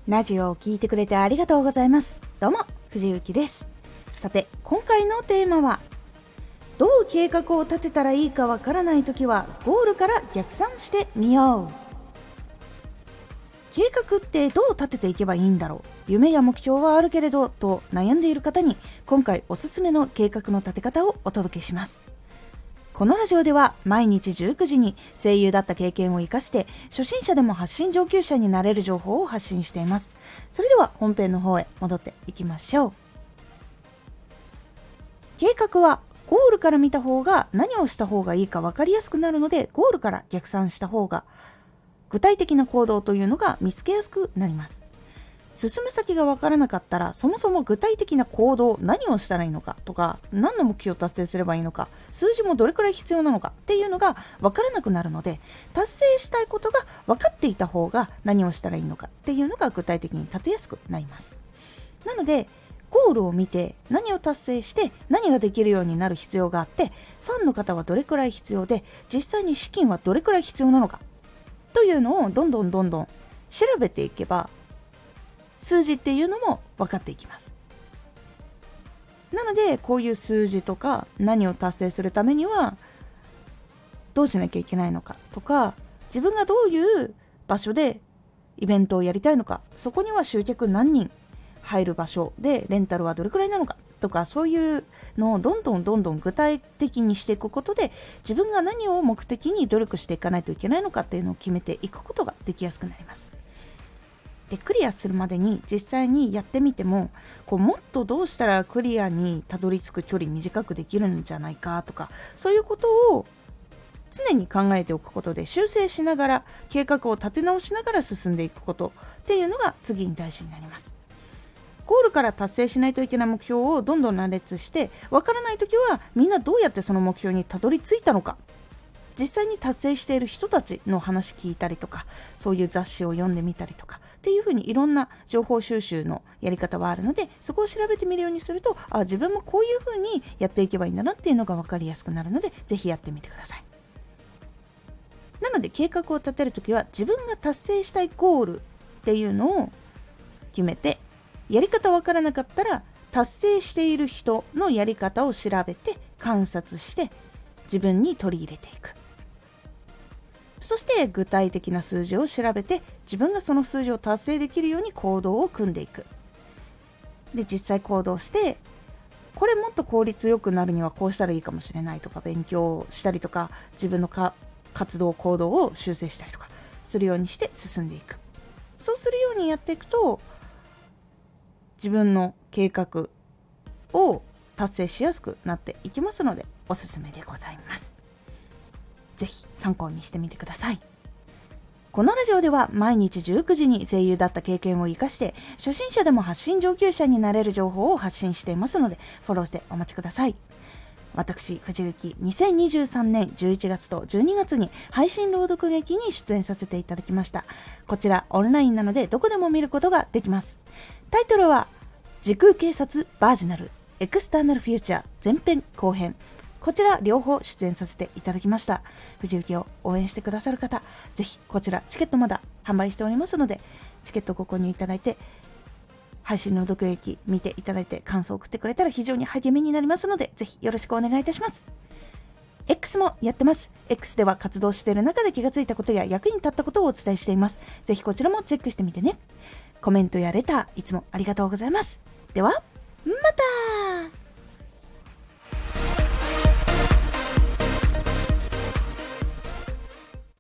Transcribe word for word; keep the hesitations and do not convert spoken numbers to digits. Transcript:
ラジオを聞いてくれてありがとうございます。どうも藤幸です。さて今回のテーマは、どう計画を立てたらいいかわからないときはゴールから逆算してみよう。計画ってどう立てていけばいいんだろう、夢や目標はあるけれどと悩んでいる方に、今回おすすめの計画の立て方をお届けします。このラジオでは毎日じゅうくじに声優だった経験を生かして初心者でも発信上級者になれる情報を発信しています。それでは本編の方へ戻っていきましょう。計画はゴールから見た方が何をした方がいいか分かりやすくなるので、ゴールから逆算した方が具体的な行動というのが見つけやすくなります。進む先が分からなかったら、そもそも具体的な行動、何をしたらいいのかとか、何の目標を達成すればいいのか、数字もどれくらい必要なのかっていうのが分からなくなるので、達成したいことが分かっていた方が何をしたらいいのかっていうのが具体的に立てやすくなります。なのでゴールを見て何を達成して何ができるようになる必要があって、ファンの方はどれくらい必要で、実際に資金はどれくらい必要なのかというのをどんどんどんどん調べていけば、数字っていうのも分かっていきます。なのでこういう数字とか、何を達成するためにはどうしなきゃいけないのかとか、自分がどういう場所でイベントをやりたいのか、そこには集客何人入る場所でレンタルはどれくらいなのかとか、そういうのをどんどんどんどん具体的にしていくことで、自分が何を目的に努力していかないといけないのかっていうのを決めていくことができやすくなります。でクリアするまでに実際にやってみても、こうもっとどうしたらクリアにたどり着く距離短くできるんじゃないかとか、そういうことを常に考えておくことで、修正しながら計画を立て直しながら進んでいくことっていうのが次に大事になります。ゴールから達成しないといけない目標をどんどん羅列して、わからないときはみんなどうやってその目標にたどり着いたのか、実際に達成している人たちの話聞いたりとか、そういう雑誌を読んでみたりとかっていうふうに、いろんな情報収集のやり方はあるので、そこを調べてみるようにすると、あ、自分もこういうふうにやっていけばいいんだなっていうのが分かりやすくなるので、ぜひやってみてください。なので計画を立てるときは、自分が達成したいゴールっていうのを決めて、やり方分からなかったら達成している人のやり方を調べて観察して自分に取り入れていく。そして具体的な数字を調べて、自分がその数字を達成できるように行動を組んでいく。で実際行動して、これもっと効率よくなるにはこうしたらいいかもしれないとか、勉強したりとか、自分のか活動行動を修正したりとかするようにして進んでいく。そうするようにやっていくと、自分の計画を達成しやすくなっていきますので、おすすめでございます。ぜひ参考にしてみてください。このラジオでは毎日じゅうくじに声優だった経験を生かして初心者でも発信上級者になれる情報を発信していますので、フォローしてお待ちください。私藤幸、にせんにじゅうさんねんじゅういちがつとじゅうにがつに配信朗読劇に出演させていただきました。こちらオンラインなのでどこでも見ることができます。タイトルは時空警察バージナルエクスターナルフューチャー前編後編、こちら両方出演させていただきました。藤幸を応援してくださる方、ぜひこちらチケットまだ販売しておりますので、チケットご購入いただいて配信朗読劇見ていただいて感想を送ってくれたら非常に励みになりますので、ぜひよろしくお願いいたします。 X もやってます。 X では活動している中で気がついたことや役に立ったことをお伝えしています。ぜひこちらもチェックしてみてね。コメントやレターいつもありがとうございます。ではまた。